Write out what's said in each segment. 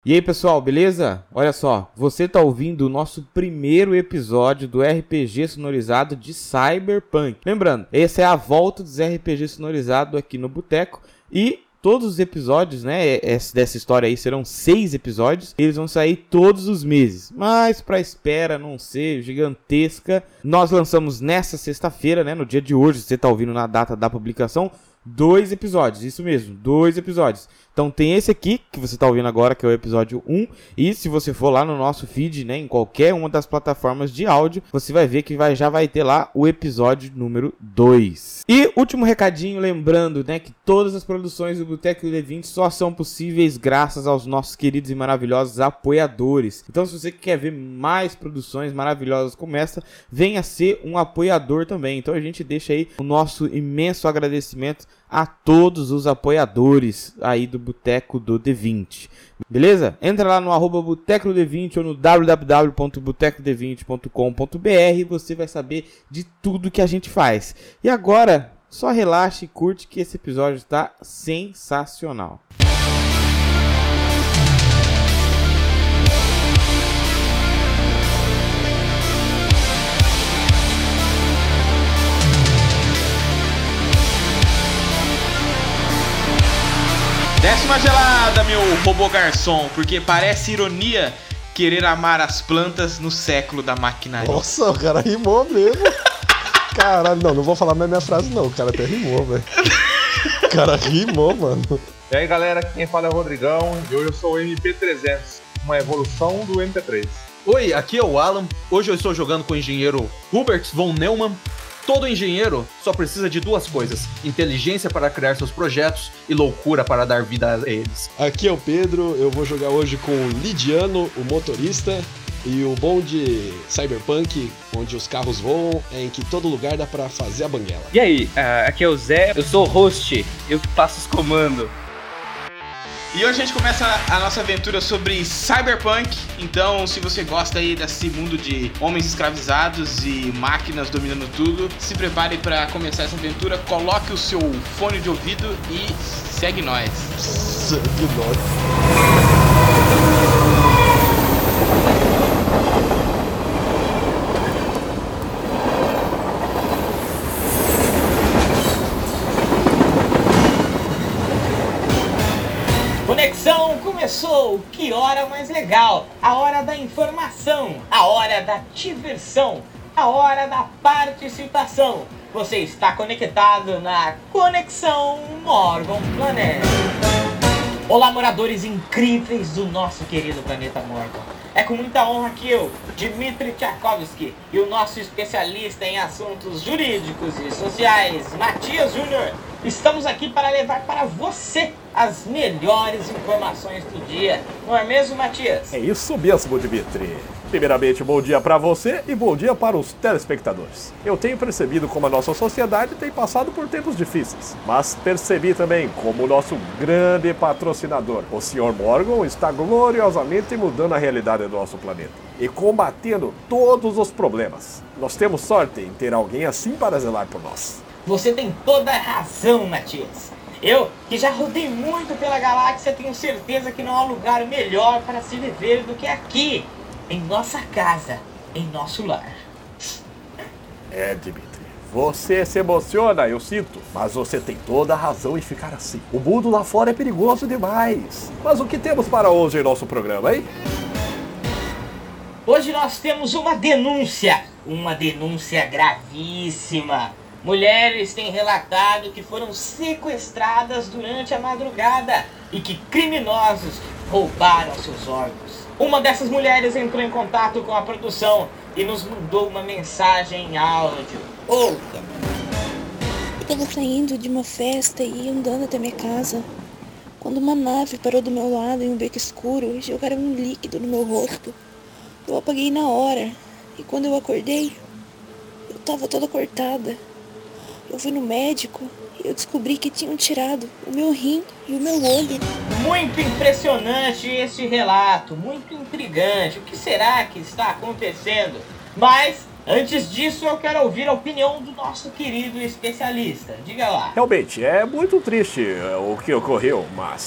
E aí pessoal, beleza? Olha só, você tá ouvindo o nosso primeiro episódio do RPG sonorizado de Cyberpunk. Lembrando, essa é a volta dos RPG sonorizados aqui no Boteco e todos os episódios, né, dessa história aí serão 6 episódios, eles vão sair todos os meses. Mas pra espera não ser gigantesca, nós lançamos nessa sexta-feira, né, no dia de hoje, você tá ouvindo na data da publicação, 2 episódios, isso mesmo, 2 episódios. Então tem esse aqui, que você está ouvindo agora, que é o episódio 1. E se você for lá no nosso feed, né, em qualquer uma das plataformas de áudio, você vai ver que já vai ter lá o episódio número 2. E último recadinho, lembrando, né, que todas as produções do Boteco do D20 só são possíveis graças aos nossos queridos e maravilhosos apoiadores. Então se você quer ver mais produções maravilhosas como essa, venha ser um apoiador também. Então a gente deixa aí o nosso imenso agradecimento a todos os apoiadores aí do Boteco do D20, beleza? Entra lá no @Boteco do D20 ou no www.botecod20.com.br e você vai saber de tudo que a gente faz. E agora, só relaxa e curte que esse episódio está sensacional. Desce uma gelada, meu robô garçom, porque parece ironia querer amar as plantas no século da maquinaria. Nossa, o cara rimou mesmo. Caralho, não vou falar mais minha frase não, o cara até rimou, velho. O cara rimou, mano. E aí galera, quem fala é o Rodrigão e hoje eu sou o MP300, uma evolução do MP3. Oi, aqui é o Alan, hoje eu estou jogando com o engenheiro Hubert von Neumann. Todo engenheiro só precisa de 2 coisas: inteligência para criar seus projetos e loucura para dar vida a eles. Aqui é o Pedro, eu vou jogar hoje com o Lidiano, o motorista, e o bom de Cyberpunk, onde os carros voam, é em que todo lugar dá pra fazer a banguela. E aí, aqui é o Zé, eu sou o host, eu que passo os comandos. E hoje a gente começa a nossa aventura sobre Cyberpunk. Então, se você gosta aí desse mundo de homens escravizados e máquinas dominando tudo, se prepare para começar essa aventura, coloque o seu fone de ouvido e segue nós. Segue nós. Conexão começou! Que hora mais legal! A hora da informação, a hora da diversão, a hora da participação. Você está conectado na Conexão Morgan Planet. Olá, moradores incríveis do nosso querido planeta Morgan. É com muita honra que eu, Dmitry Tchaikovsky, e o nosso especialista em assuntos jurídicos e sociais, Matias Júnior, estamos aqui para levar para você as melhores informações do dia. Não é mesmo, Matias? É isso mesmo, Dmitry. Primeiramente, bom dia para você e bom dia para os telespectadores. Eu tenho percebido como a nossa sociedade tem passado por tempos difíceis, mas percebi também como o nosso grande patrocinador, o Sr. Morgan, está gloriosamente mudando a realidade do nosso planeta e combatendo todos os problemas. Nós temos sorte em ter alguém assim para zelar por nós. Você tem toda a razão, Matias. Eu, que já rodei muito pela galáxia, tenho certeza que não há lugar melhor para se viver do que aqui, em nossa casa, em nosso lar. É, Dmitry, você se emociona, eu sinto, mas você tem toda a razão em ficar assim. O mundo lá fora é perigoso demais. Mas o que temos para hoje em nosso programa, hein? Hoje nós temos uma denúncia gravíssima. Mulheres têm relatado que foram sequestradas durante a madrugada e que criminosos roubaram seus órgãos. Uma dessas mulheres entrou em contato com a produção e nos mandou uma mensagem em áudio. Ouça! Eu estava saindo de uma festa e andando até minha casa, quando uma nave parou do meu lado em um beco escuro e jogaram um líquido no meu rosto. Eu apaguei na hora e quando eu acordei, eu estava toda cortada. Eu fui no médico e eu descobri que tinham tirado o meu rim e o meu olho. Muito impressionante este relato, muito intrigante. O que será que está acontecendo? Mas, antes disso, eu quero ouvir a opinião do nosso querido especialista. Diga lá. Realmente, é muito triste o que ocorreu, mas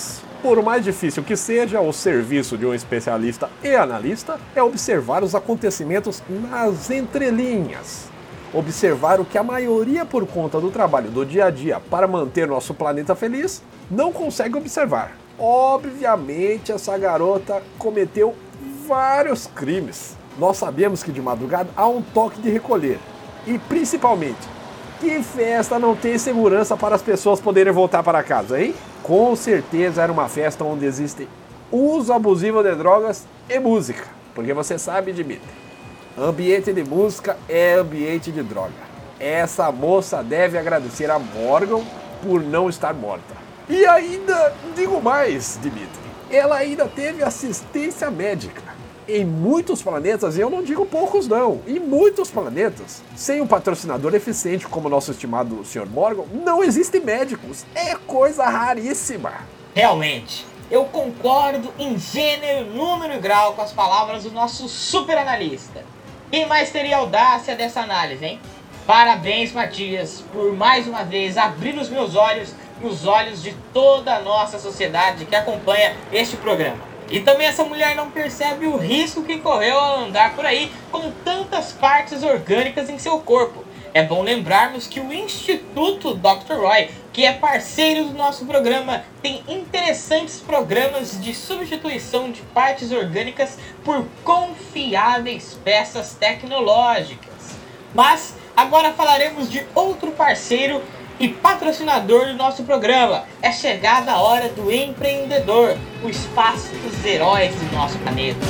Por mais difícil que seja, o serviço de um especialista e analista é observar os acontecimentos nas entrelinhas. Observar o que a maioria, por conta do trabalho do dia a dia para manter nosso planeta feliz, não consegue observar. Obviamente, essa garota cometeu vários crimes. Nós sabemos que de madrugada há um toque de recolher. E principalmente, que festa não tem segurança para as pessoas poderem voltar para casa, hein? Com certeza era uma festa onde existe uso abusivo de drogas e música. Porque você sabe, Dimitri, ambiente de música é ambiente de droga. Essa moça deve agradecer a Morgan por não estar morta. E ainda, digo mais, Dimitri, ela ainda teve assistência médica. Em muitos planetas, e eu não digo poucos não, em muitos planetas, sem um patrocinador eficiente como o nosso estimado Sr. Morgan, não existem médicos. É coisa raríssima. Realmente, eu concordo em gênero, número e grau com as palavras do nosso super analista. Quem mais teria audácia dessa análise, hein? Parabéns, Matias, por mais uma vez abrir os meus olhos e os olhos de toda a nossa sociedade que acompanha este programa. E também essa mulher não percebe o risco que correu ao andar por aí com tantas partes orgânicas em seu corpo. É bom lembrarmos que o Instituto Dr. Roy, que é parceiro do nosso programa, tem interessantes programas de substituição de partes orgânicas por confiáveis peças tecnológicas. Mas agora falaremos de outro parceiro e patrocinador do nosso programa. É chegada a hora do empreendedor, o espaço dos heróis do nosso planeta.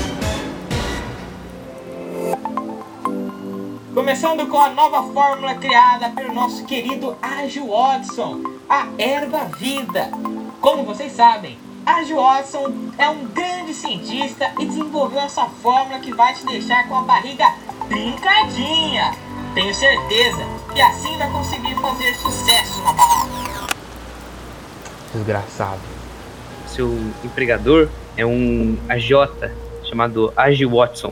Começando com a nova fórmula criada pelo nosso querido Agil Watson, a Erva Vida. Como vocês sabem, Agil Watson é um grande cientista e desenvolveu essa fórmula que vai te deixar com a barriga trincadinha. Tenho certeza que assim vai conseguir fazer sucesso na balada. Desgraçado. Seu empregador é um agiota chamado Agil Watson.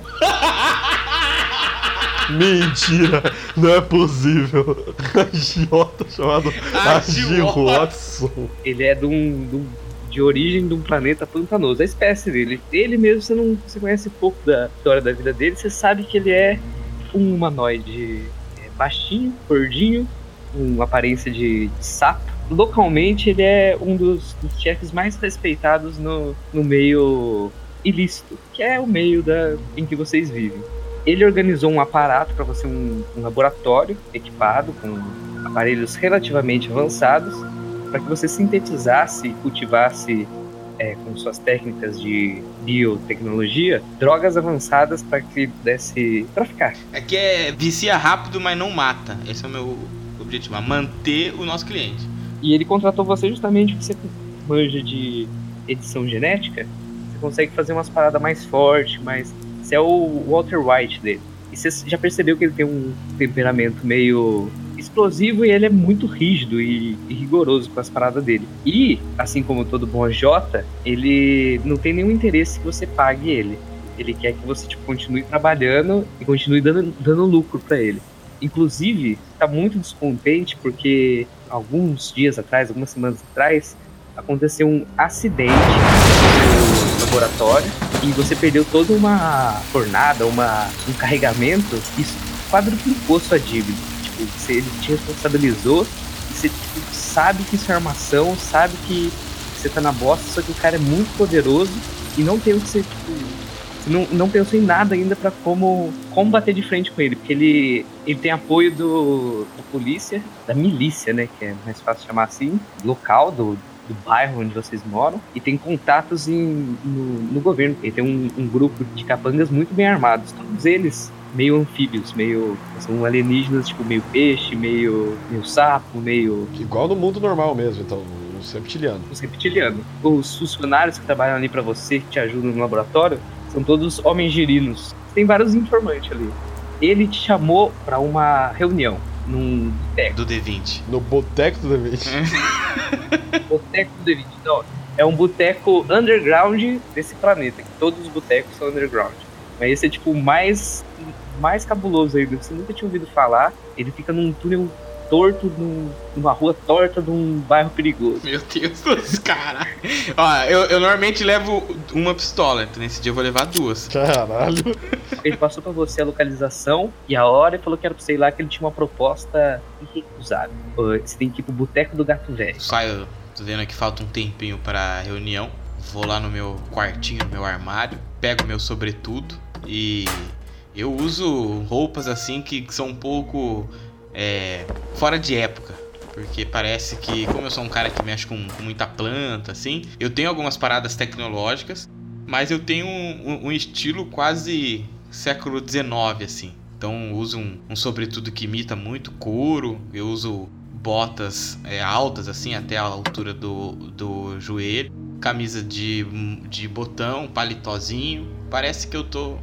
Mentira, não é possível. Agiota chamado Agil Watson. Ele é de origem de um planeta pantanoso. A espécie dele. Ele mesmo, você conhece pouco da história da vida dele, você sabe que ele é um humanoide baixinho, gordinho, com aparência de sapo. Localmente, ele é um dos chefes mais respeitados no meio ilícito, que é o meio em que vocês vivem. Ele organizou um aparato para você, um laboratório equipado com aparelhos relativamente avançados, para que você sintetizasse e cultivasse com suas técnicas de biotecnologia, drogas avançadas para que pudesse traficar. É que vicia rápido, mas não mata. Esse é o meu objetivo, manter o nosso cliente. E ele contratou você justamente porque você manja de edição genética, você consegue fazer umas paradas mais fortes, mas você é o Walter White dele. E você já percebeu que ele tem um temperamento meio explosivo e ele é muito rígido e rigoroso com as paradas dele. E, assim como todo bom agiota, ele não tem nenhum interesse que você pague ele. Ele quer que você continue trabalhando e continue dando lucro para ele. Inclusive, está muito descontente porque algumas semanas atrás, aconteceu um acidente no laboratório e você perdeu toda uma jornada, um carregamento, e isso quadruplicou sua dívida. Ele te responsabilizou e você sabe que isso é armação, sabe que você tá na bosta, só que o cara é muito poderoso e não tem o que você, você não pensou em nada ainda pra como bater de frente com ele, porque ele tem apoio da milícia, né, que é mais fácil chamar assim, local, do bairro onde vocês moram, e tem contatos no governo. Ele tem um grupo de capangas muito bem armados, todos eles meio anfíbios, são alienígenas, tipo meio peixe, meio sapo, meio... Igual no mundo normal mesmo, então, os reptilianos. Os funcionários que trabalham ali pra você, que te ajudam no laboratório, são todos homens girinos. Tem vários informantes ali. Ele te chamou pra uma reunião num boteco. Do D20. No boteco do D20? Boteco do D20, não. É um boteco underground desse planeta, que todos os botecos são underground. Mas esse é tipo mais cabuloso ainda, você nunca tinha ouvido falar. Ele fica num túnel torto, numa rua torta de um bairro perigoso. Meu Deus, cara. Ó, eu normalmente levo uma pistola, então nesse dia eu vou levar 2. Caralho. Ele passou pra você a localização e a hora e falou que era pra você ir lá, que ele tinha uma proposta irrecusável. Você tem que ir pro Boteco do Gato Velho. Saio, tô vendo que falta um tempinho pra reunião. Vou lá no meu quartinho, no meu armário, pego meu sobretudo e eu uso roupas assim que são um pouco fora de época. Porque parece que, como eu sou um cara que mexe com muita planta, assim, eu tenho algumas paradas tecnológicas, mas eu tenho um estilo quase século XIX, assim. Então uso um sobretudo que imita muito couro, eu uso botas altas, assim, até a altura do joelho, camisa de botão, paletózinho. Parece que eu tô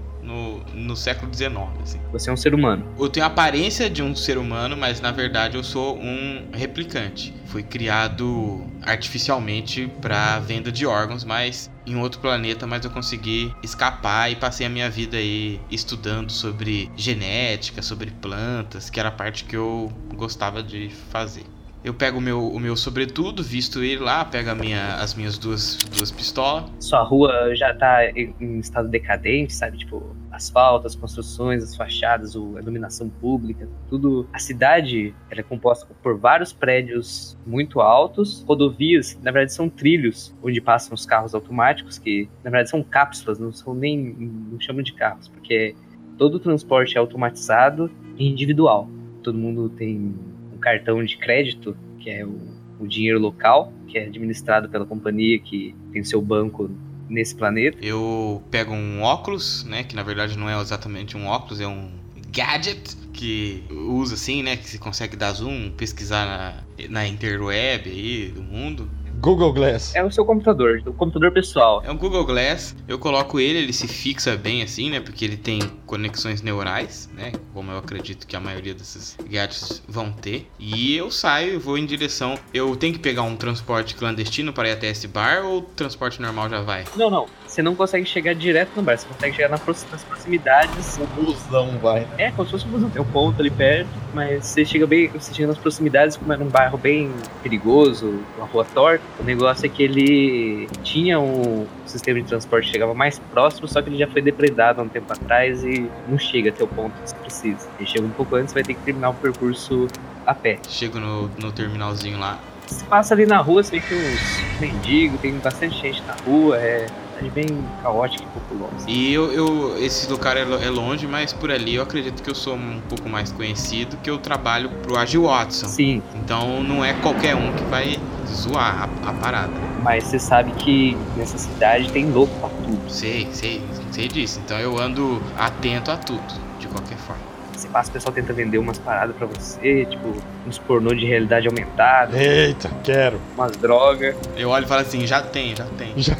no século XIX, assim. Você é um ser humano. Eu tenho a aparência de um ser humano, mas na verdade eu sou um replicante. Fui criado artificialmente para venda de órgãos, mas em outro planeta, mas eu consegui escapar e passei a minha vida aí estudando sobre genética, sobre plantas, que era a parte que eu gostava de fazer. Eu pego o meu sobretudo, visto ele lá, pego as minhas duas pistolas. Sua rua já tá em estado decadente, sabe? Tipo, asfalto, as construções, as fachadas, a iluminação pública, tudo. A cidade, ela é composta por vários prédios muito altos, rodovias, na verdade são trilhos, onde passam os carros automáticos, que na verdade são cápsulas, não chamam de carros, porque todo o transporte é automatizado e individual. Todo mundo tem cartão de crédito, que é o dinheiro local, que é administrado pela companhia que tem seu banco nesse planeta. Eu pego um óculos, né, que na verdade não é exatamente um óculos, é um gadget que usa assim, né, que você consegue dar zoom, pesquisar na interweb aí do mundo. Google Glass. É o seu computador, o computador pessoal. É um Google Glass. Eu coloco ele se fixa bem assim, né? Porque ele tem conexões neurais, né? Como eu acredito que a maioria desses gadgets vão ter. E eu saio e vou em direção... Eu tenho que pegar um transporte clandestino para ir até esse bar ou o transporte normal já vai? Não. Você não consegue chegar direto no bar. Você consegue chegar nas proximidades. O busão vai. É, como se fosse um busão. Tem um ponto ali perto, mas você chega nas proximidades, como era um bairro bem perigoso, uma rua torta. O negócio é que ele tinha um sistema de transporte que chegava mais próximo, só que ele já foi depredado há um tempo atrás e não chega até o ponto que você precisa. Ele chega um pouco antes, vai ter que terminar o percurso a pé. Chego no terminalzinho lá. Você passa ali na rua, você vê que uns mendigos, tem bastante gente na rua, bem caótico e populoso. E esse lugar é longe, mas por ali eu acredito que eu sou um pouco mais conhecido, que eu trabalho pro Agi Watson. Sim. Então não é qualquer um que vai zoar a parada. Mas você sabe que nessa cidade tem louco pra tudo. Sei disso. Então eu ando atento a tudo, de qualquer forma. Você passa, o pessoal tenta vender umas paradas pra você, tipo, uns pornô de realidade aumentada. Eita, quero. Umas drogas. Eu olho e falo assim, já tem. Já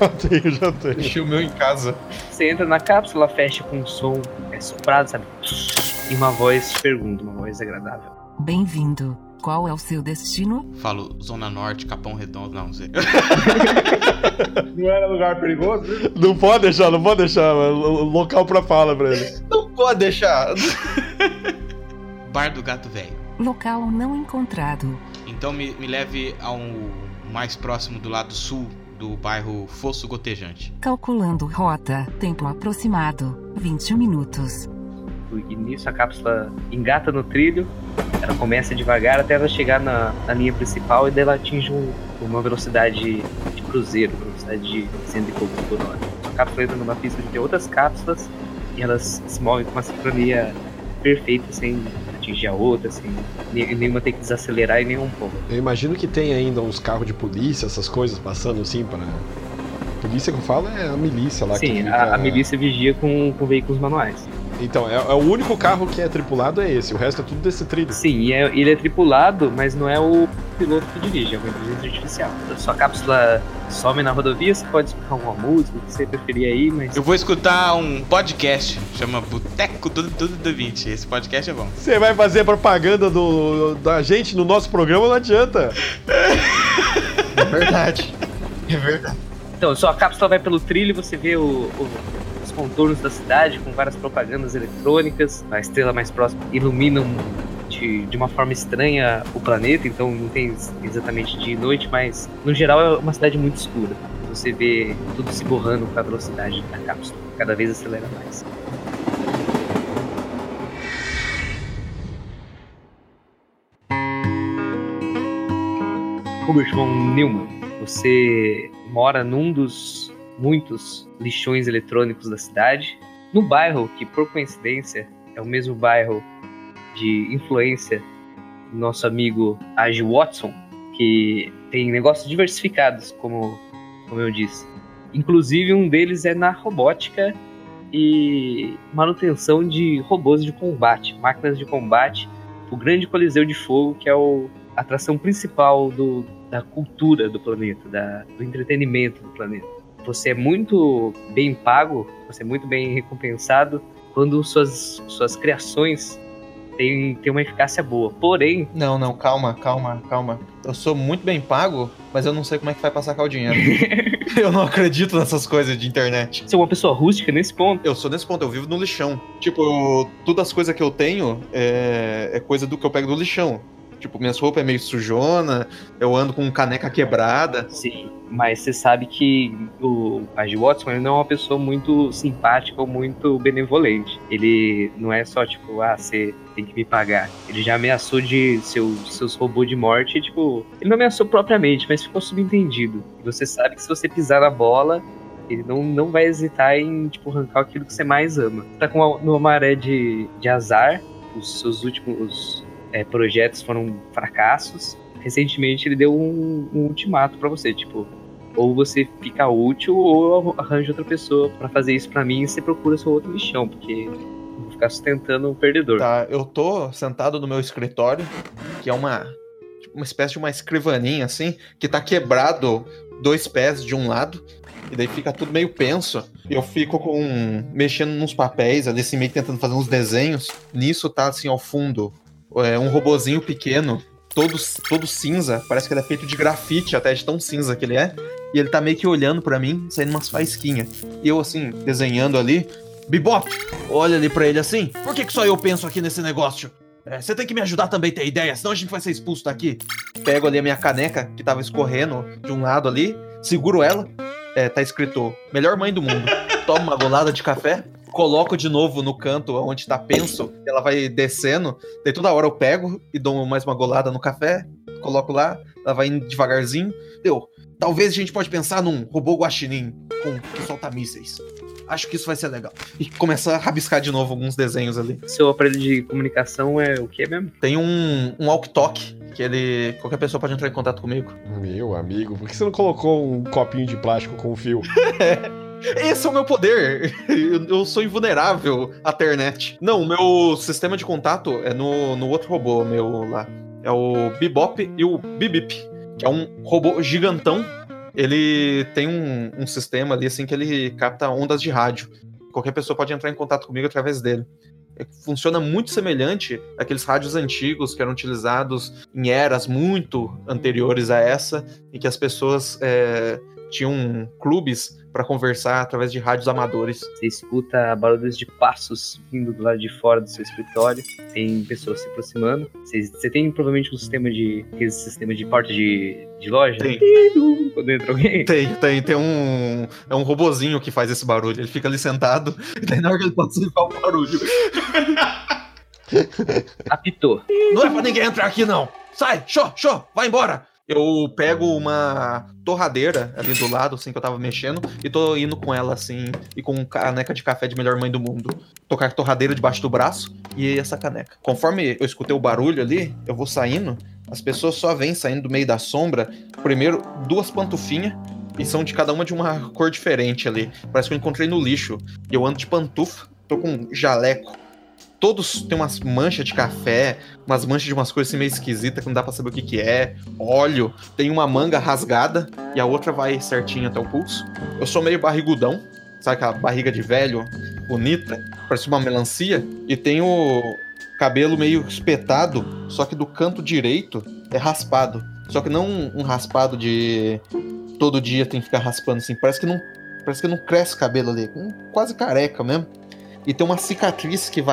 tenho. Deixei o meu em casa. Você entra na cápsula, fecha com um som soprado, sabe? E uma voz te pergunta, uma voz agradável. Bem-vindo. Qual é o seu destino? Falo, Zona Norte, Capão Redondo, não sei. Não era lugar perigoso? Né? Não pode deixar, local pra fala pra ele. Não pode deixar. Bar do Gato Velho. Local não encontrado. Então me leve ao mais próximo do lado sul do bairro Fosso Gotejante. Calculando rota, tempo aproximado, 21 minutos. E nisso a cápsula engata no trilho, ela começa devagar até ela chegar na linha principal e daí ela atinge uma velocidade de cruzeiro, velocidade de 100 e poucos por hora. A cápsula entra numa pista de outras cápsulas e elas se movem com uma sincronia perfeita, sem atingir a outra, sem nenhuma ter que desacelerar e nem um pouco. Eu imagino que tem ainda uns carros de polícia, essas coisas passando assim para... Polícia que eu falo é a milícia lá. Sim, que fica... a milícia vigia com veículos manuais. Então, é o único carro que é tripulado é esse, o resto é tudo desse trilho. Sim, e ele é tripulado, mas não é o piloto que dirige, é uma inteligência artificial. A sua cápsula some na rodovia, você pode escutar uma música, o que você preferir aí, mas... Eu vou escutar um podcast, chama Boteco do Da Vinci, esse podcast é bom. Você vai fazer propaganda da gente no nosso programa, não adianta. É verdade. Então, sua cápsula vai pelo trilho e você vê os contornos da cidade com várias propagandas eletrônicas. A estrela mais próxima ilumina de existe de uma forma estranha o planeta, então não tem exatamente dia e noite, mas no geral é uma cidade muito escura. Você vê tudo se borrando com a velocidade da cápsula, cada vez acelera mais. Hubert von Neumann, você mora num dos muitos lixões eletrônicos da cidade, no bairro que, por coincidência, é o mesmo bairro de influência do nosso amigo A.G. Watson, que tem negócios diversificados, como eu disse. Inclusive, um deles é na robótica e manutenção de robôs de combate, máquinas de combate, o grande Coliseu de Fogo, que é a atração principal da cultura do planeta, do entretenimento do planeta. Você é muito bem pago, você é muito bem recompensado quando suas criações têm uma eficácia boa. Porém... Não, calma. Eu sou muito bem pago, mas eu não sei como é que vai passar cá o dinheiro. Eu não acredito nessas coisas de internet. Você é uma pessoa rústica nesse ponto? Eu sou nesse ponto, eu vivo no lixão. Tipo, todas as coisas que eu tenho é coisa do que eu pego do lixão. Tipo, minhas roupas é meio sujona, eu ando com caneca quebrada. Sim, mas você sabe que o A.G. Watson ele não é uma pessoa muito simpática ou muito benevolente. Ele não é só, tipo, você tem que me pagar. Ele já ameaçou de seus robôs de morte, tipo... Ele não ameaçou propriamente, mas ficou subentendido. E você sabe que se você pisar na bola, ele não vai hesitar em, tipo, arrancar aquilo que você mais ama. Tá com uma maré de azar, os seus últimos... projetos foram fracassos. Recentemente ele deu um ultimato pra você, tipo, ou você fica útil ou eu arranjo outra pessoa pra fazer isso pra mim e você procura seu outro lixão, porque eu vou ficar sustentando o perdedor. Tá, eu tô sentado no meu escritório, que é uma espécie de uma escrivaninha assim, que tá quebrado 2 pés de um lado, e daí fica tudo meio penso. Eu fico mexendo nos papéis ali, assim, meio tentando fazer uns desenhos. Nisso tá assim ao fundo um robozinho pequeno, todo cinza, parece que ele é feito de grafite até, de tão cinza que ele é, e ele tá meio que olhando pra mim, saindo umas faísquinhas. E eu, assim, desenhando ali, Bebop, olha ali pra ele assim, por que só eu penso aqui nesse negócio? Você tem que me ajudar também a ter ideia, senão a gente vai ser expulso daqui. Pego ali a minha caneca, que tava escorrendo de um lado ali, seguro ela, tá escrito, melhor mãe do mundo. Toma uma golada de café, coloco de novo no canto onde tá penso, ela vai descendo, daí toda hora eu pego e dou mais uma golada no café, coloco lá, ela vai indo devagarzinho. Talvez a gente pode pensar num robô guaxinim que solta mísseis. Acho que isso vai ser legal. E começa a rabiscar de novo alguns desenhos ali. Seu aparelho de comunicação é o que mesmo? Tem um walkie-talkie, que qualquer pessoa pode entrar em contato comigo. Meu amigo, por que você não colocou um copinho de plástico com fio? Esse é o meu poder. Eu sou invulnerável à internet. Não, o meu sistema de contato é no outro robô meu lá. É o Bebop e o Bibip, que é um robô gigantão. Ele tem um sistema ali assim que ele capta ondas de rádio. Qualquer pessoa pode entrar em contato comigo através dele. Funciona muito semelhante àqueles rádios antigos que eram utilizados em eras muito anteriores a essa, em que as pessoas tinham clubes para conversar através de rádios amadores. Você escuta barulhos de passos vindo do lado de fora do seu escritório, tem pessoas se aproximando. Você tem provavelmente um sistema de porta de loja? Tem. Quando entra alguém? Tem um robozinho que faz esse barulho. Ele fica ali sentado e daí na hora que ele passa ele faz o barulho. Apitou. Não é pra ninguém entrar aqui não. Sai, vai embora. Eu pego uma torradeira ali do lado, assim, que eu tava mexendo, e tô indo com ela, assim, e com caneca de café de melhor mãe do mundo. Tô com a torradeira debaixo do braço e essa caneca. Conforme eu escutei o barulho ali, eu vou saindo, as pessoas só vêm saindo do meio da sombra, primeiro 2 pantufinhas, e são de cada uma de uma cor diferente ali. Parece que eu encontrei no lixo. E eu ando de pantufa, tô com um jaleco. Todos têm umas manchas de café, umas manchas de umas coisas assim meio esquisitas que não dá pra saber o que é. Óleo, tem uma manga rasgada e a outra vai certinho até o pulso. Eu sou meio barrigudão, sabe aquela barriga de velho, bonita, parece uma melancia. E tenho cabelo meio espetado, só que do canto direito é raspado. Só que não um raspado de todo dia tem que ficar raspando assim, parece que não cresce cabelo ali, quase careca mesmo. E tem uma cicatriz que vai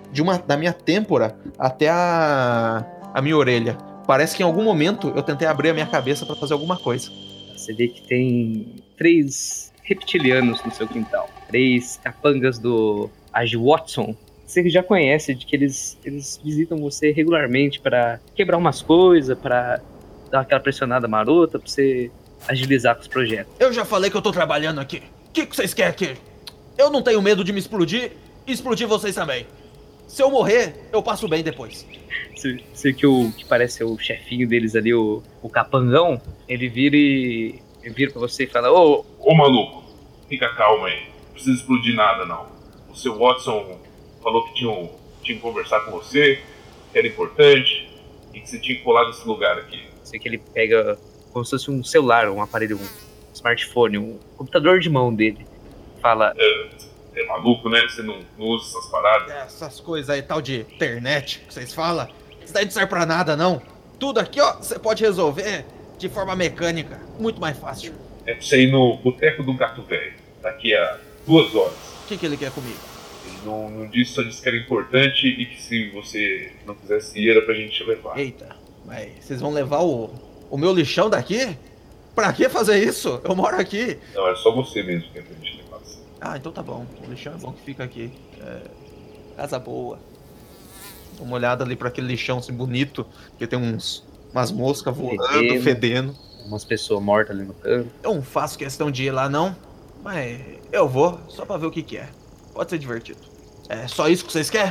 da minha têmpora até a minha orelha. Parece que em algum momento eu tentei abrir a minha cabeça pra fazer alguma coisa. Você vê que tem 3 reptilianos no seu quintal. 3 capangas do Age Watson. Você já conhece de que eles visitam você regularmente para quebrar umas coisas, para dar aquela pressionada marota, pra você agilizar com os projetos. Eu já falei que eu tô trabalhando aqui. O que vocês querem aqui? Eu não tenho medo de me explodir e explodir vocês também. Se eu morrer, eu passo bem depois. Você que o que parece o chefinho deles ali, o capangão, ele vira pra você e fala: Ô maluco, fica calmo aí. Não precisa explodir nada não. O seu Watson falou que tinha que conversar com você, que era importante e que você tinha que colar nesse lugar aqui. Sei que ele pega como se fosse um celular, um aparelho, um smartphone, um computador de mão dele. Fala: É maluco, né? Você não usa essas paradas? Essas coisas aí, tal de internet que vocês falam, isso daí não serve pra nada não. Tudo aqui, ó, você pode resolver de forma mecânica, muito mais fácil. É pra você ir no Boteco do Gato Velho, daqui a 2 horas. O que ele quer comigo? Ele não disse, só disse que era importante e que se você não quisesse ir, era pra gente levar. Eita, mas vocês vão levar o meu lixão daqui? Pra que fazer isso? Eu moro aqui. Não, é só você mesmo que é pra gente levar. Ah, então tá bom. O lixão é bom que fica aqui. Casa boa. Dá uma olhada ali pra aquele lixão assim bonito, que tem umas moscas voando, fedendo. Umas pessoas mortas ali no canto. Eu não faço questão de ir lá não, mas eu vou, só pra ver o que é. Pode ser divertido. É só isso que vocês querem?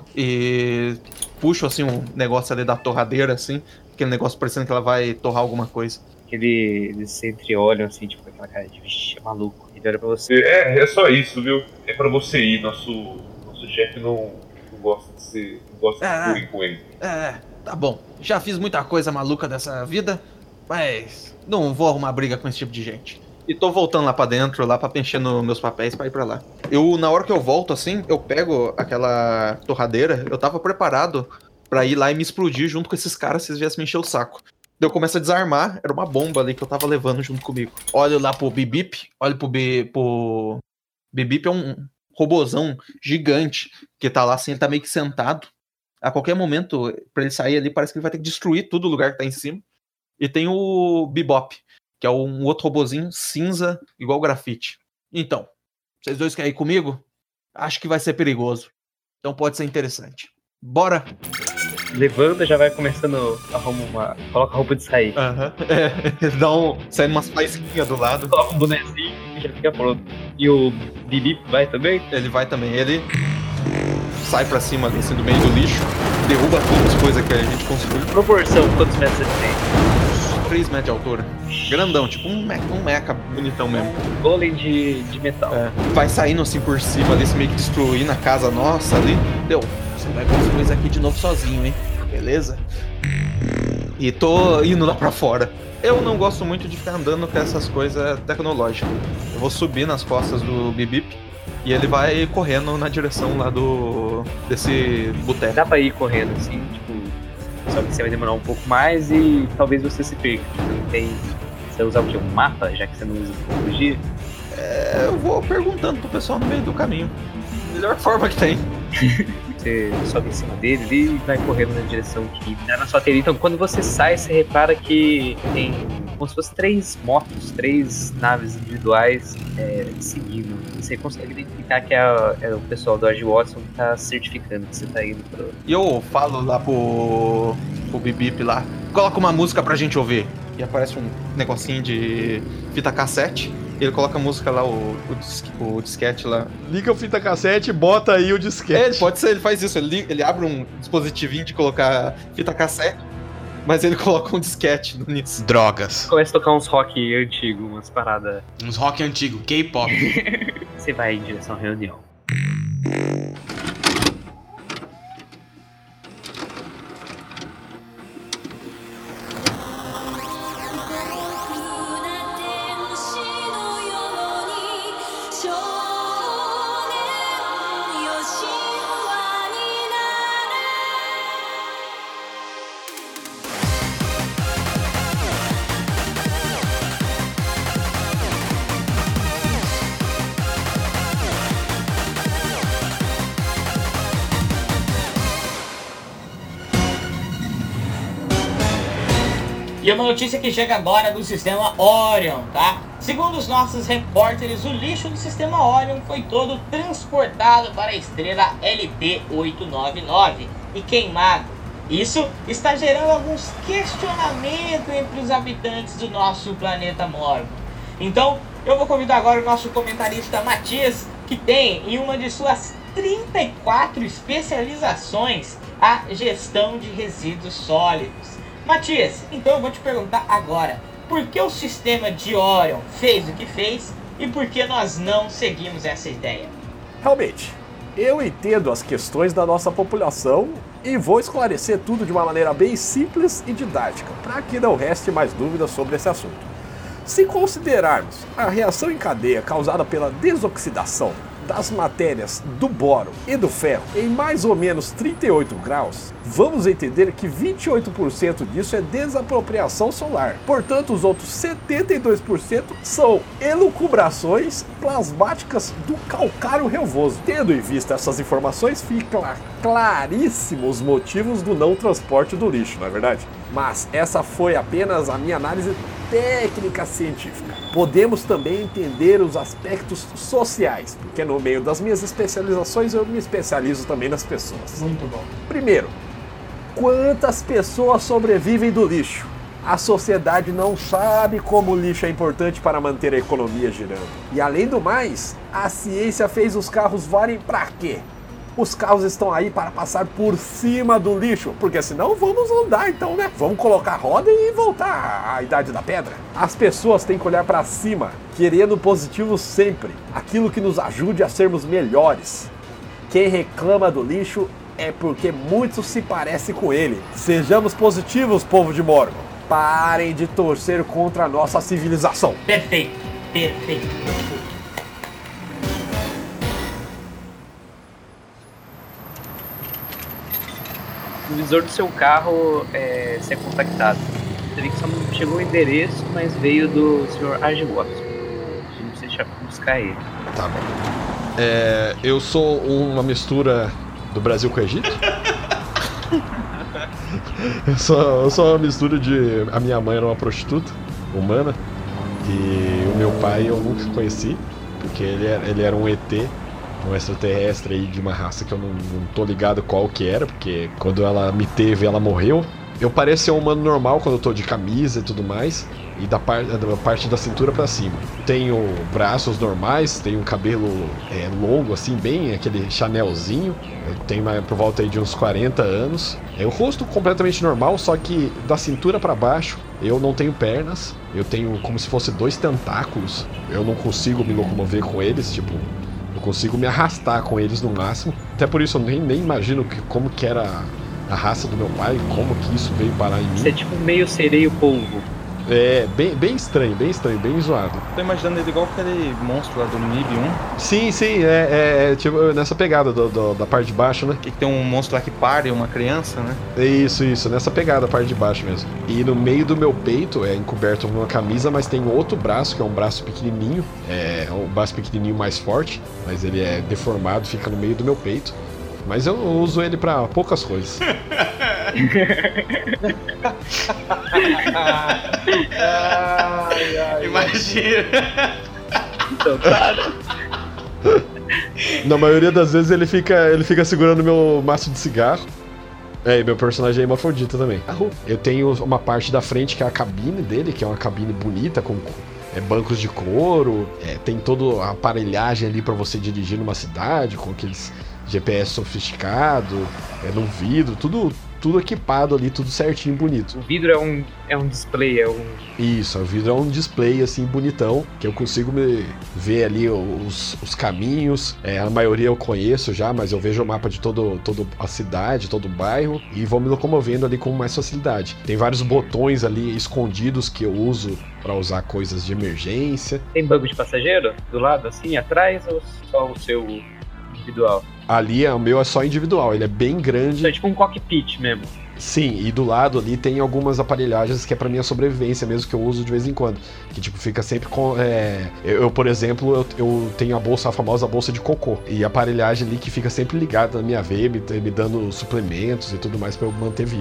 E puxo assim um negócio ali da torradeira, assim, aquele negócio parecendo que ela vai torrar alguma coisa. Eles se entreolham assim, tipo, com aquela cara de vixe, é maluco. Ele olha pra você. É só isso, viu? É pra você ir. Nosso chefe não gosta de ser. Não gosta de bullying com ele. Tá bom. Já fiz muita coisa maluca dessa vida, mas não vou arrumar briga com esse tipo de gente. E tô voltando lá pra dentro, lá pra preencher meus papéis pra ir pra lá. Na hora que eu volto assim, eu pego aquela torradeira, eu tava preparado pra ir lá e me explodir junto com esses caras se eles viessem me encher o saco. Eu começo a desarmar, era uma bomba ali que eu tava levando junto comigo. Olho lá pro Bibip, olho pro Bibip, é um robozão gigante que tá lá assim, ele tá meio que sentado. A qualquer momento, pra ele sair ali, parece que ele vai ter que destruir todo o lugar que tá em cima. E tem o Bebop, que é um outro robozinho cinza, igual grafite. Então, vocês dois querem ir comigo? Acho que vai ser perigoso. Então pode ser interessante. Bora! Levanta, já vai começando a arrumar coloca a roupa de sair. Sai umas faísquinhas do lado. Coloca um bonezinho e já fica pronto. E o Bibi vai também? Ele vai também. Ele sai pra cima assim, do meio do lixo, derruba todas as coisas que a gente construiu. Proporção, quantos metros ele tem? 3 metros de altura. Grandão, tipo um mecha bonitão mesmo. Golem de metal. Vai saindo assim por cima ali, meio que destruindo a casa nossa ali. Deu. Você vai construir isso aqui de novo sozinho, hein? Beleza? E tô indo lá pra fora. Eu não gosto muito de ficar andando com essas coisas tecnológicas. Eu vou subir nas costas do Bibip e ele vai correndo na direção lá desse boteco. Dá pra ir correndo assim, tipo, só que você vai demorar um pouco mais e talvez você se perca. Você vai usar o quê? Um mapa, já que você não usa tecnologia? Eu vou perguntando pro pessoal no meio do caminho. Melhor forma que tem. Você sobe em cima dele e vai correndo na direção que dá na sua tela. Então, quando você sai, você repara que tem como se fosse 3 motos, 3 naves individuais seguindo. Você consegue identificar que é o pessoal do Age Watson que tá certificando que você tá indo pro... E eu falo lá pro Bibip lá, coloca uma música pra gente ouvir. E aparece um negocinho de fita cassete. Ele coloca a música lá, o disquete lá. Liga o fita cassete e bota aí o disquete. Pode ser, ele faz isso. Ele abre um dispositivinho de colocar fita cassete, mas ele coloca um disquete nisso. Drogas. Começa a tocar uns rock antigo, umas paradas. Uns rock antigo, K-pop. Você vai em direção à reunião. E uma notícia que chega agora do sistema Orion, tá? Segundo os nossos repórteres, o lixo do sistema Orion foi todo transportado para a estrela LP-899 e queimado. Isso está gerando alguns questionamentos entre os habitantes do nosso planeta Mormon. Então, eu vou convidar agora o nosso comentarista Matias, que tem em uma de suas 34 especializações a gestão de resíduos sólidos. Matias, então eu vou te perguntar agora, por que o sistema de Orion fez o que fez e por que nós não seguimos essa ideia? Realmente, eu entendo as questões da nossa população e vou esclarecer tudo de uma maneira bem simples e didática, para que não reste mais dúvidas sobre esse assunto. Se considerarmos a reação em cadeia causada pela desoxidação das matérias do boro e do ferro em mais ou menos 38 graus, vamos entender que 28% disso é desapropriação solar. Portanto, os outros 72% são elucubrações plasmáticas do calcário relvoso. Tendo em vista essas informações, fica claríssimo os motivos do não transporte do lixo, não é verdade? Mas essa foi apenas a minha análise técnica científica. Podemos também entender os aspectos sociais, porque no meio das minhas especializações eu me especializo também nas pessoas. Muito bom. Primeiro, quantas pessoas sobrevivem do lixo? A sociedade não sabe como o lixo é importante para manter a economia girando. E além do mais, a ciência fez os carros voarem para quê? Os carros estão aí para passar por cima do lixo, porque senão vamos andar então, né? Vamos colocar roda e voltar à idade da pedra. As pessoas têm que olhar para cima, querendo positivo sempre, aquilo que nos ajude a sermos melhores. Quem reclama do lixo é porque muito se parece com ele. Sejamos positivos, povo de Mormon. Parem de torcer contra a nossa civilização. Perfeito, perfeito. O visor do seu carro ser contactado. Você vê que só não chegou o endereço, mas veio do Sr. R.G. Watson. A gente precisa buscar ele. Tá bom. Eu sou uma mistura do Brasil com o Egito? eu sou uma mistura de... A minha mãe era uma prostituta humana e o meu pai eu nunca conheci, porque ele era um ET, um extraterrestre aí de uma raça que eu não tô ligado qual que era, porque quando ela me teve, ela morreu. Eu pareço ser um humano normal quando eu tô de camisa e tudo mais, e da parte da cintura pra cima. Tenho braços normais, tenho um cabelo longo, assim, bem aquele chanelzinho. Eu tenho por volta aí de uns 40 anos. O rosto completamente normal, só que da cintura pra baixo eu não tenho pernas. Eu tenho como se fosse 2 tentáculos. Eu não consigo me locomover com eles, tipo... Eu consigo me arrastar com eles no máximo. Até por isso eu nem imagino como que era a raça do meu pai, como que isso veio parar em mim. Você é tipo meio sereio polvo. É, bem estranho, bem zoado. Tô imaginando ele igual aquele monstro lá do MIB 1. Sim, tipo nessa pegada da parte de baixo, né? Que tem um monstro lá que pare uma criança, né? Isso, nessa pegada, a parte de baixo mesmo. E no meio do meu peito, encoberto por uma camisa, mas tem outro braço, que é um braço pequenininho. É um braço pequenininho mais forte, mas ele é deformado, fica no meio do meu peito. Mas eu uso ele pra poucas coisas. Imagina. Então, para. Na maioria das vezes ele fica segurando meu maço de cigarro. Meu personagem é hermafrodita também. Eu tenho uma parte da frente que é a cabine dele, que é uma cabine bonita, com bancos de couro. Tem toda a aparelhagem ali pra você dirigir numa cidade, com aqueles GPS sofisticado, no vidro, tudo equipado ali, tudo certinho, bonito. O vidro é um display, Isso, o vidro é um display assim, bonitão, que eu consigo ver ali os caminhos. A maioria eu conheço já, mas eu vejo o mapa de toda a cidade, todo o bairro, e vou me locomovendo ali com mais facilidade. Tem vários botões ali escondidos que eu uso para usar coisas de emergência. Tem banco de passageiro do lado, assim, atrás, ou só o seu individual? Ali o meu é só individual, ele é bem grande. É tipo um cockpit mesmo. Sim, e do lado ali tem algumas aparelhagens que é pra minha sobrevivência mesmo, que eu uso de vez em quando. Que tipo, fica sempre com... Eu, por exemplo, eu tenho a famosa bolsa de cocô. E a aparelhagem ali que fica sempre ligada na minha veia, me dando suplementos e tudo mais pra eu manter vivo.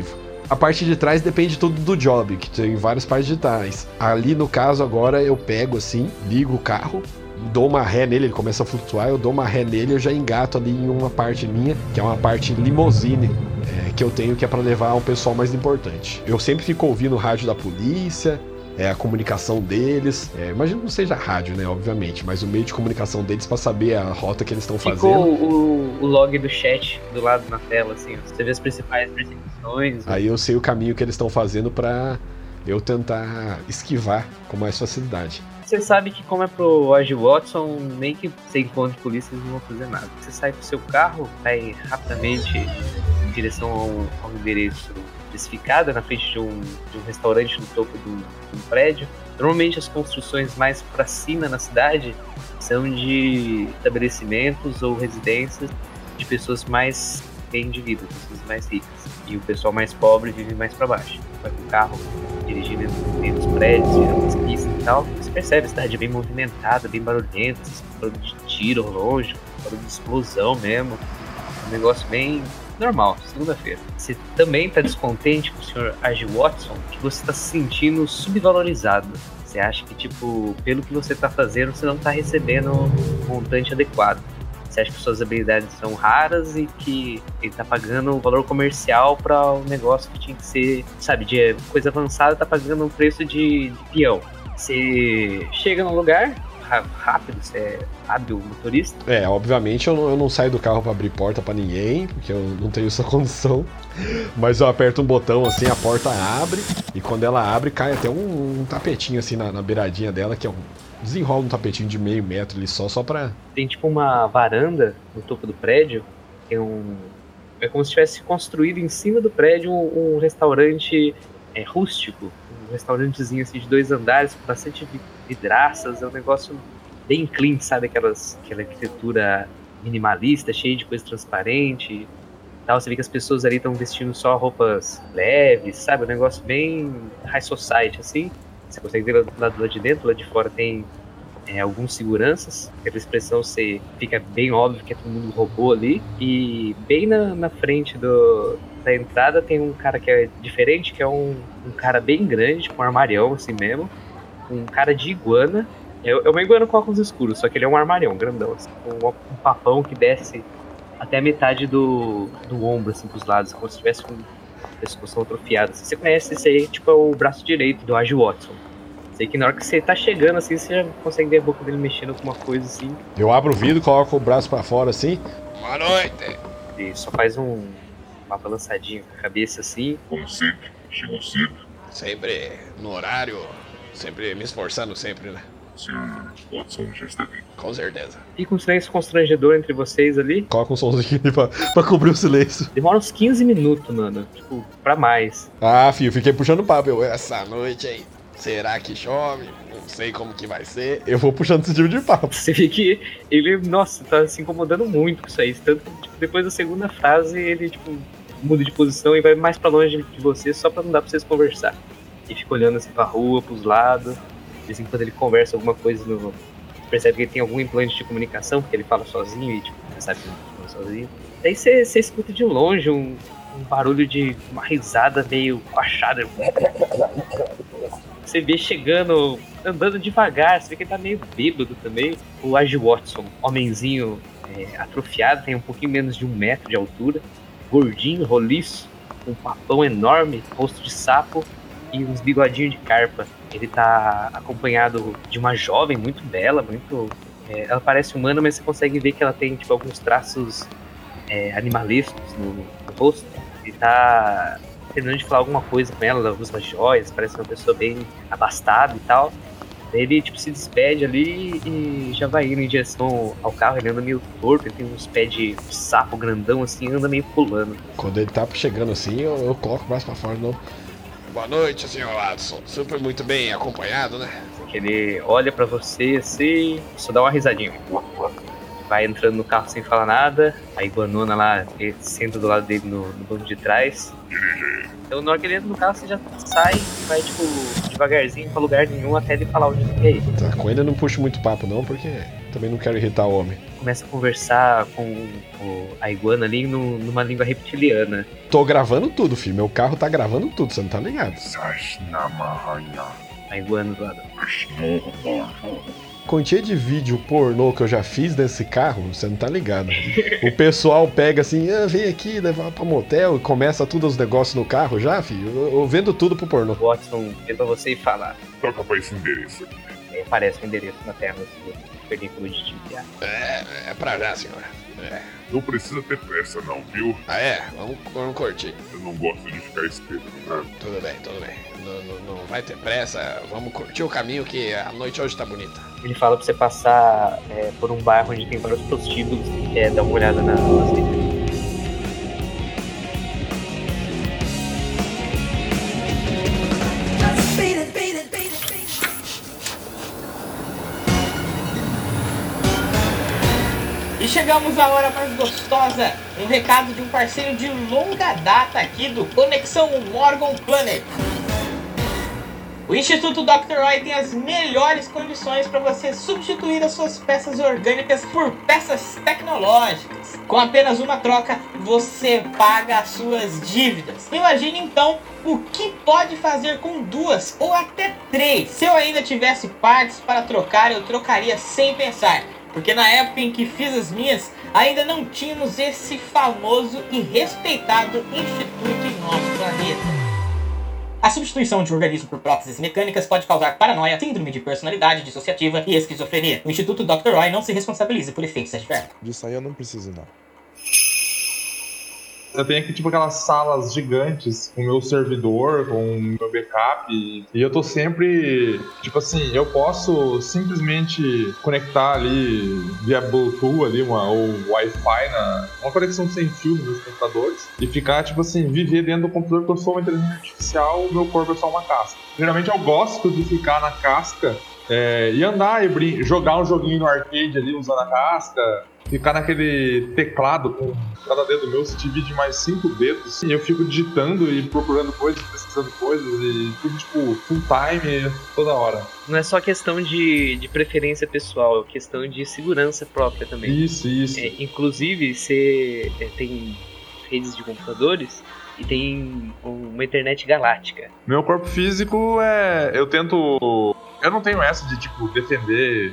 A parte de trás depende tudo do job, que tem várias partes de trás. Ali no caso agora eu pego assim, ligo o carro, dou uma ré nele, ele começa a flutuar, eu dou uma ré nele, eu já engato ali em uma parte minha, que é uma parte limousine, que eu tenho, que é pra levar o pessoal mais importante. Eu sempre fico ouvindo o rádio da polícia, a comunicação deles, imagino que não seja rádio, né, obviamente, mas o meio de comunicação deles pra saber a rota que eles estão fazendo. Ficou o log do chat do lado na tela, assim, você vê as principais perseguições. Aí eu sei o caminho que eles estão fazendo pra eu tentar esquivar com mais facilidade. Você sabe que como é pro Age Watson, nem que você encontre polícia, eles não vão fazer nada. Você sai com o seu carro, vai rapidamente em direção ao endereço especificado, na frente de um restaurante no topo de um prédio. Normalmente as construções mais para cima na cidade são de estabelecimentos ou residências de pessoas mais bem de vida, pessoas mais ricas. E o pessoal mais pobre vive mais para baixo. Vai com o carro dirigindo dentro dos prédios, virando as pistas e tal. Você percebe a cidade bem movimentada, bem barulhenta, barulho de tiro ao longe, barulho de explosão mesmo. Um negócio bem normal, segunda-feira. Você também está descontente com o Sr. Age Watson, que você está se sentindo subvalorizado. Você acha que, tipo, pelo que você está fazendo, você não está recebendo um montante adequado. Você acha que suas habilidades são raras e que ele tá pagando o valor comercial para um negócio que tinha que ser, sabe, de coisa avançada, tá pagando um preço de peão. Você chega no lugar rápido, você é hábil motorista. Obviamente eu não saio do carro pra abrir porta pra ninguém, porque eu não tenho essa condição. Mas eu aperto um botão assim, a porta abre, e quando ela abre, cai até um tapetinho assim na beiradinha dela, que é desenrola um tapetinho de meio metro ali só pra... Tem tipo uma varanda no topo do prédio, tem é como se tivesse construído em cima do prédio um restaurante rústico, um restaurantezinho assim de 2 andares, com bastante vidraças, é um negócio bem clean, sabe? Aquela arquitetura minimalista, cheia de coisa transparente e tal. Você vê que as pessoas ali estão vestindo só roupas leves, sabe? Um negócio bem high society, assim. Você consegue ver do lado de dentro, lá de fora tem alguns seguranças. Aquela expressão fica bem óbvio que é todo mundo robô ali. E bem na frente da entrada tem um cara que é diferente, que é um cara bem grande, com um armarião assim mesmo. Um cara de iguana. É uma iguana com óculos escuros, só que ele é um armarião grandão, assim, com um papão que desce até a metade do ombro, assim, pros lados, como se tivesse um pescoço atrofiado. Assim. Você conhece esse aí, tipo, é o braço direito do Age Watson. Sei que na hora que você tá chegando, assim, você já consegue ver a boca dele mexendo com uma coisa, assim. Eu abro o vidro, coloco o braço pra fora, assim. Boa noite! E só faz uma balançadinha com a cabeça, assim. Como sempre, chego cedo. Sempre no horário, sempre me esforçando, sempre, né? Sr. Watson já está aqui. Com certeza. Fica um silêncio constrangedor entre vocês ali. Coloca um somzinho ali pra cobrir o silêncio. Demora uns 15 minutos, mano. Tipo, pra mais. Ah, filho, fiquei puxando papo. Essa noite aí, será que chove? Não sei como que vai ser. Eu vou puxando esse tipo de papo. Você vê que ele, nossa, tá se incomodando muito com isso aí. Tanto que, tipo, depois da segunda frase, ele, tipo, muda de posição e vai mais pra longe de você, só pra não dar pra vocês conversar. E fica olhando assim pra rua, pros lados. De vez em quando ele conversa alguma coisa Você percebe que ele tem algum implante de comunicação, porque ele fala sozinho e, tipo, você sabe que ele fala sozinho. Daí você escuta de longe um barulho de uma risada meio coachada. Você vê chegando, andando devagar, você vê que ele tá meio bêbado também. O Age Watson, homenzinho atrofiado, tem um pouquinho menos de 1 metro de altura, gordinho, roliço, um papão enorme, rosto de sapo e uns bigodinhos de carpa. Ele tá acompanhado de uma jovem muito bela, muito... ela parece humana, mas você consegue ver que ela tem tipo, alguns traços animalescos no rosto. Ele tá terminando de falar alguma coisa com ela, usa joias, parece uma pessoa bem abastada e tal. Daí ele tipo, se despede ali e já vai indo em direção ao carro. Ele anda meio torto, ele tem uns pés de sapo grandão assim, anda meio pulando. Quando ele tá chegando assim, eu coloco o braço pra fora de novo. Boa noite, Sr. Watson. Super muito bem acompanhado, né? Ele olha pra você assim, só dá uma risadinha. Vai entrando no carro sem falar nada. A iguanona lá, ele senta do lado dele no banco de trás. Então na hora que ele entra no carro, você já sai e vai tipo devagarzinho pra lugar nenhum até ele falar onde ele quer ir. Tá, com ele eu não puxo muito papo não, porque Também não quero irritar o homem. Começa a conversar com a iguana ali numa língua reptiliana. Tô gravando tudo, filho. Meu carro tá gravando tudo, você não tá ligado. A iguana do lado. Quantia de vídeo pornô que eu já fiz desse carro, você não tá ligado. O pessoal pega assim, vem aqui, levar pra motel e começa tudo os negócios no carro já, filho. Eu vendo tudo pro pornô. O Watson vem pra você e fala. Toca pra esse endereço aqui. Aparece o endereço na tela do película de TPA. É pra já, senhora. Não precisa ter pressa não, viu? Ah, é? Vamos curtir. Eu não gosto de ficar esperando, né? Tudo bem. Não vai ter pressa. Vamos curtir o caminho que a noite hoje tá bonita. Ele fala pra você passar por um bairro onde tem vários prostíbulos e quer dar uma olhada nas letras. E chegamos à hora mais gostosa, um recado de um parceiro de longa data aqui do Conexão Morgan Planet. O Instituto Dr. Roy tem as melhores condições para você substituir as suas peças orgânicas por peças tecnológicas. Com apenas uma troca, você paga as suas dívidas. Imagine então o que pode fazer com 2 ou até 3. Se eu ainda tivesse partes para trocar, eu trocaria sem pensar. Porque na época em que fiz as minhas, ainda não tínhamos esse famoso e respeitado instituto em nosso planeta. A substituição de organismo por próteses mecânicas pode causar paranoia, síndrome de personalidade dissociativa e esquizofrenia. O Instituto Dr. Roy não se responsabiliza por efeitos adversos. Disso aí eu não preciso, não. Eu tenho aqui, tipo, aquelas salas gigantes com o meu servidor, com o meu backup. E eu tô sempre... Tipo assim, eu posso simplesmente conectar ali via Bluetooth ali, ou Wi-Fi, uma conexão sem fio nos meus computadores. E ficar, tipo assim, viver dentro do computador, porque eu sou uma inteligência artificial, o meu corpo é só uma casca. Geralmente eu gosto de ficar na casca e andar e jogar um joguinho no arcade ali usando a casca. Ficar naquele teclado com cada dedo meu, se divide mais 5 dedos. E eu fico digitando e procurando coisas, pesquisando coisas e tudo tipo full time toda hora. Não é só questão de preferência pessoal, é questão de segurança própria também. Isso. Inclusive, você tem redes de computadores e tem uma internet galáctica. Meu corpo físico eu não tenho essa de, tipo, defender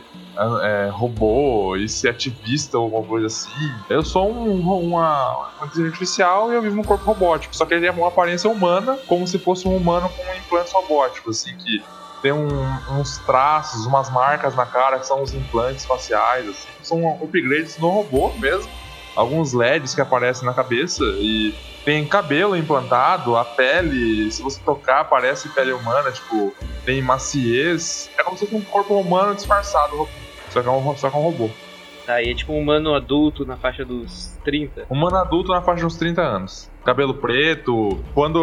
robô e ser ativista ou alguma coisa assim. Eu sou uma inteligência artificial e eu vivo num corpo robótico. Só que ele é uma aparência humana, como se fosse um humano com implantes robóticos, assim, que tem uns traços, umas marcas na cara que são os implantes faciais, assim. São upgrades no robô mesmo. Alguns LEDs que aparecem na cabeça e tem cabelo implantado, a pele, se você tocar, aparece pele humana, tipo, tem maciez. É como se fosse um corpo humano disfarçado, só que é um robô. Tá, e é tipo um humano adulto na faixa dos 30? Humano adulto na faixa dos 30 anos. Cabelo preto,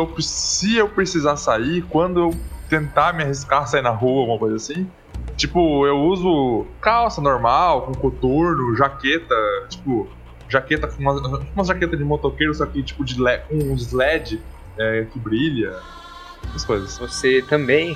se eu precisar sair, quando eu tentar me arriscar a sair na rua, alguma coisa assim. Tipo, eu uso calça normal, com coturno, jaqueta, tipo... Jaqueta com uma jaqueta de motoqueiro, só que tipo com uns LED que brilha, essas coisas. Você também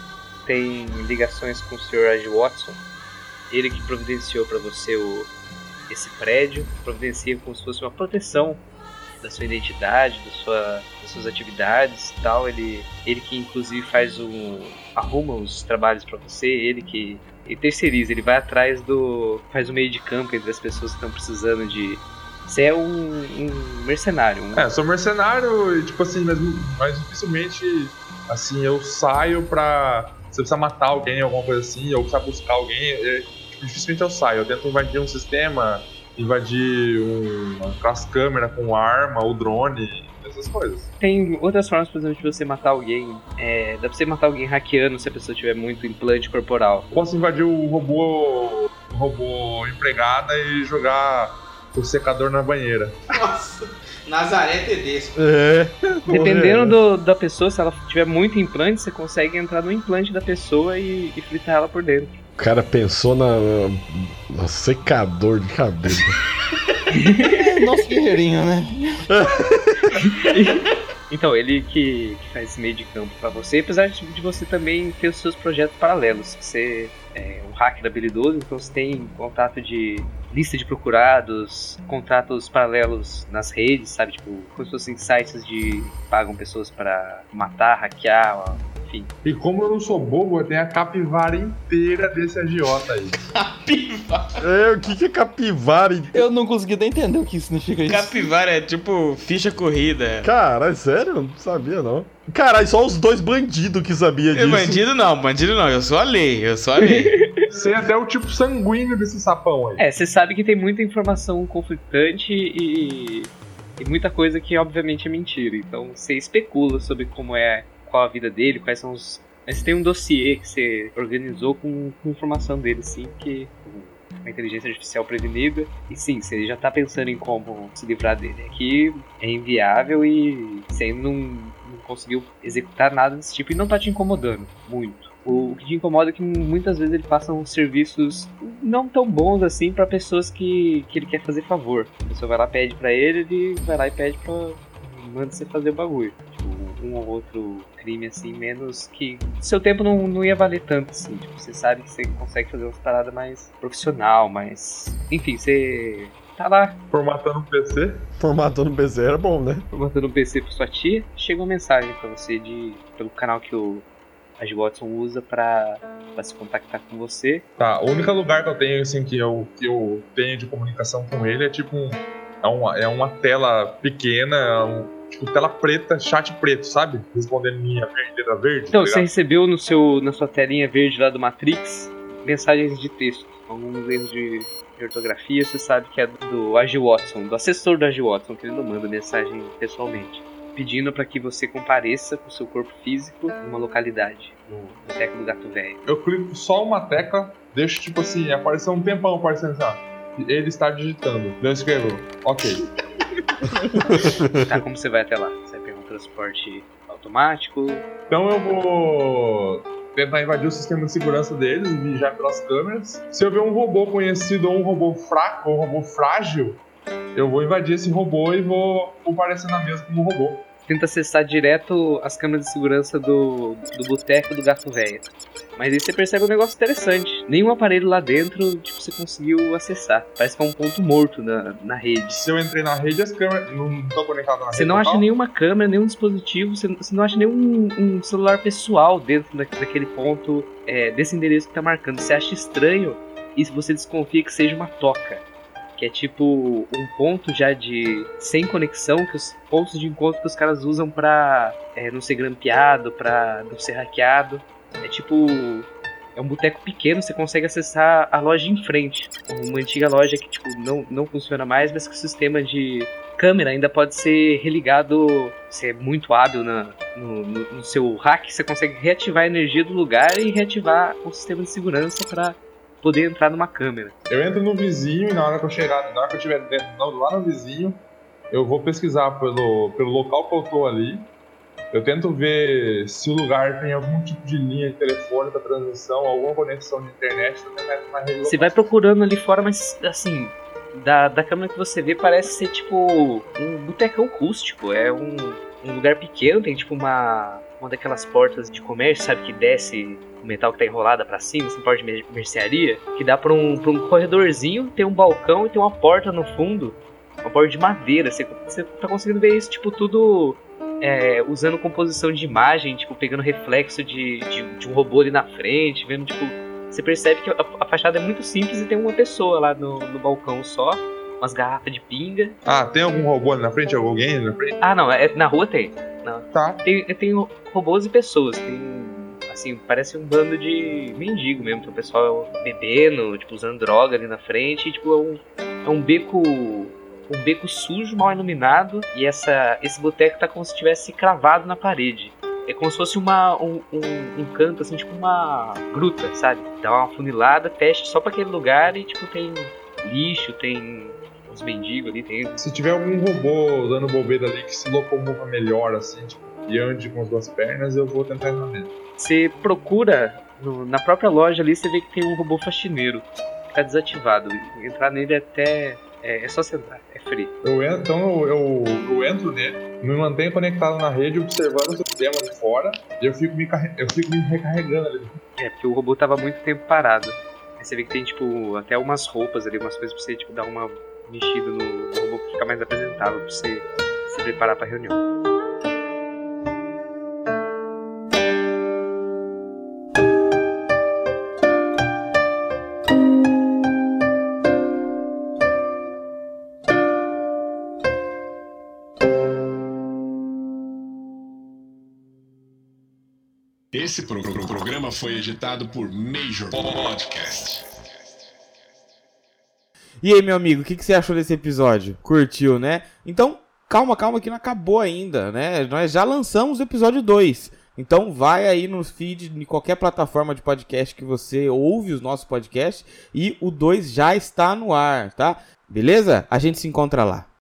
tem ligações com o Sr. Ed Watson, ele que providenciou para você esse prédio, providencia como se fosse uma proteção da sua identidade, das suas atividades e tal. Ele que inclusive arruma os trabalhos para você, ele terceiriza, ele vai atrás faz o meio de campo entre as pessoas que estão precisando de... Você é um mercenário. Sou mercenário e, tipo assim, mas dificilmente, assim, eu saio pra... Se eu precisar matar alguém, alguma coisa assim, ou precisar buscar alguém, dificilmente eu saio. Eu tento invadir um sistema, invadir aquelas câmeras com arma ou drone, essas coisas. Tem outras formas, por exemplo, de você matar alguém. Dá pra você matar alguém hackeando se a pessoa tiver muito implante corporal. Posso invadir o robô empregada e jogar o secador na banheira. Nossa, Nazaré Tedesco. Dependendo da pessoa, se ela tiver muito implante, você consegue entrar no implante da pessoa e fritar ela por dentro. O cara pensou no secador de cabelo. Nosso guerreirinho, né? Então, ele que faz esse meio de campo pra você, apesar de você também ter os seus projetos paralelos. Você um hacker habilidoso, então você tem contato de lista de procurados, contratos paralelos nas redes, sabe? Tipo, como se fossem sites de pagam pessoas para matar, hackear, enfim. E como eu não sou bobo, eu tenho a capivara inteira desse agiota aí. Capivara? O que é capivara? Eu não consegui nem entender o que significa isso. Capivara é tipo ficha corrida. Caralho, sério? Eu não sabia, não. Caralho, só os 2 bandidos que sabia disso. Bandido não, eu sou a lei. Sei até o tipo sanguíneo desse sapão aí. Você sabe que tem muita informação conflitante e muita coisa que obviamente é mentira. Então você especula sobre qual a vida dele, quais são os... Mas tem um dossiê que você organizou com informação dele, sim, que uma inteligência artificial prevenida. E sim, você já tá pensando em como se livrar dele. Aqui é inviável e você ainda não conseguiu executar nada desse tipo e não tá te incomodando muito. O que te incomoda é que muitas vezes ele passa uns serviços não tão bons assim pra pessoas que ele quer fazer favor. A pessoa vai lá, pede pra ele vai lá e pede pra... manda você fazer o bagulho. Tipo, um ou outro crime assim, menos que... seu tempo não ia valer tanto assim. Tipo, você sabe que você consegue fazer umas paradas mais profissional, mas... Enfim, você... tá lá. Formatando um PC? Formatando um PC era bom, né? Formatando um PC pra sua tia. Chega uma mensagem pra você pelo canal que o Ash Watson usa pra se contactar com você. Tá, o único lugar que eu tenho, assim, que eu tenho de comunicação com ele é tipo é uma tela pequena, tipo tela preta, chat preto, sabe? Respondendo minha letra verde. Então, tá você recebeu na sua telinha verde lá do Matrix mensagens de texto. Alguns erros de ortografia, você sabe que é do Ash Watson, do assessor do Ash Watson, que ele não manda mensagem pessoalmente, pedindo para que você compareça com o seu corpo físico em uma localidade, no Boteco do Gato Velho. Eu clico só uma tecla, deixo tipo assim, aparecer um tempão aparecendo assim, ele está digitando. Eu escrevo, ok. Tá, como você vai até lá? Você vai pegar um transporte automático? Então eu vou tentar invadir o sistema de segurança deles, vigiar pelas câmeras. Se eu ver um robô conhecido ou um robô fraco ou um robô frágil, eu vou invadir esse robô e vou comparecer na mesa como robô. Tenta acessar direto as câmeras de segurança do Boteco do Gato Velho. Mas aí você percebe um negócio interessante. Nenhum aparelho lá dentro, tipo, você conseguiu acessar. Parece que é um ponto morto na rede. Se eu entrei na rede, as câmeras não estão conectadas na rede. Você não acha nenhuma câmera, nenhum dispositivo, você não acha nenhum celular pessoal dentro daquele ponto, desse endereço que tá marcando. Você acha estranho e você desconfia que seja uma toca. Que é tipo um ponto já sem conexão, que os pontos de encontro que os caras usam pra não ser grampeado, pra não ser hackeado. É tipo... é um boteco pequeno, você consegue acessar a loja em frente. Uma antiga loja que tipo, não funciona mais, mas que o sistema de câmera ainda pode ser religado. Você é muito hábil no seu hack, você consegue reativar a energia do lugar e reativar o sistema de segurança pra poder entrar numa câmera. Eu entro no vizinho e na hora que eu estiver lá no vizinho, eu vou pesquisar pelo local que eu tô ali. Eu tento ver se o lugar tem algum tipo de linha de telefone para transmissão, alguma conexão de internet. Na rede você vai procurando ali fora, mas assim, da câmera que você vê parece ser tipo um botecão rústico. É um lugar pequeno, tem tipo uma daquelas portas de comércio, sabe, que desce o metal que tá enrolada pra cima, assim, porta de mercearia, que dá pra um corredorzinho, tem um balcão e tem uma porta no fundo, uma porta de madeira. Você tá conseguindo ver isso, tipo, tudo usando composição de imagem, tipo, pegando reflexo de um robô ali na frente, vendo, tipo, você percebe que a fachada é muito simples e tem uma pessoa lá no balcão só, umas garrafas de pinga. Ah, tem algum robô ali na frente? Alguém ali na frente? Ah, não, na rua tem. Não. Tá. Tem robôs e pessoas, tem, assim, parece um bando de mendigo mesmo, tem o pessoal bebendo, tipo, usando droga ali na frente, e, tipo, é um beco sujo, mal iluminado, e esse boteco tá como se estivesse cravado na parede. É como se fosse um canto, assim, tipo uma gruta, sabe? Dá uma funilada, teste só pra aquele lugar e, tipo, tem lixo, tem uns mendigos ali, tem... Se tiver algum robô dando bobeira ali que se locomova melhor, assim, tipo, e ande com as duas pernas, eu vou tentar entrar nele. Você procura, na própria loja ali, você vê que tem um robô faxineiro, que tá desativado. Entrar nele é só você entrar, é free. Eu entro nele, me mantenho conectado na rede, observando o sistema de fora, e eu fico me recarregando ali. É, porque o robô tava muito tempo parado. Aí você vê que tem, tipo, até umas roupas ali, umas coisas pra você, tipo, dar uma mexida no robô pra ficar mais apresentável, pra você se preparar pra reunião. Esse programa foi editado por Major Podcast. E aí, meu amigo, o que você achou desse episódio? Curtiu, né? Então, calma que não acabou ainda, né? Nós já lançamos o episódio 2. Então, vai aí no feed, em qualquer plataforma de podcast que você ouve os nossos podcasts. E o 2 já está no ar, tá? Beleza? A gente se encontra lá.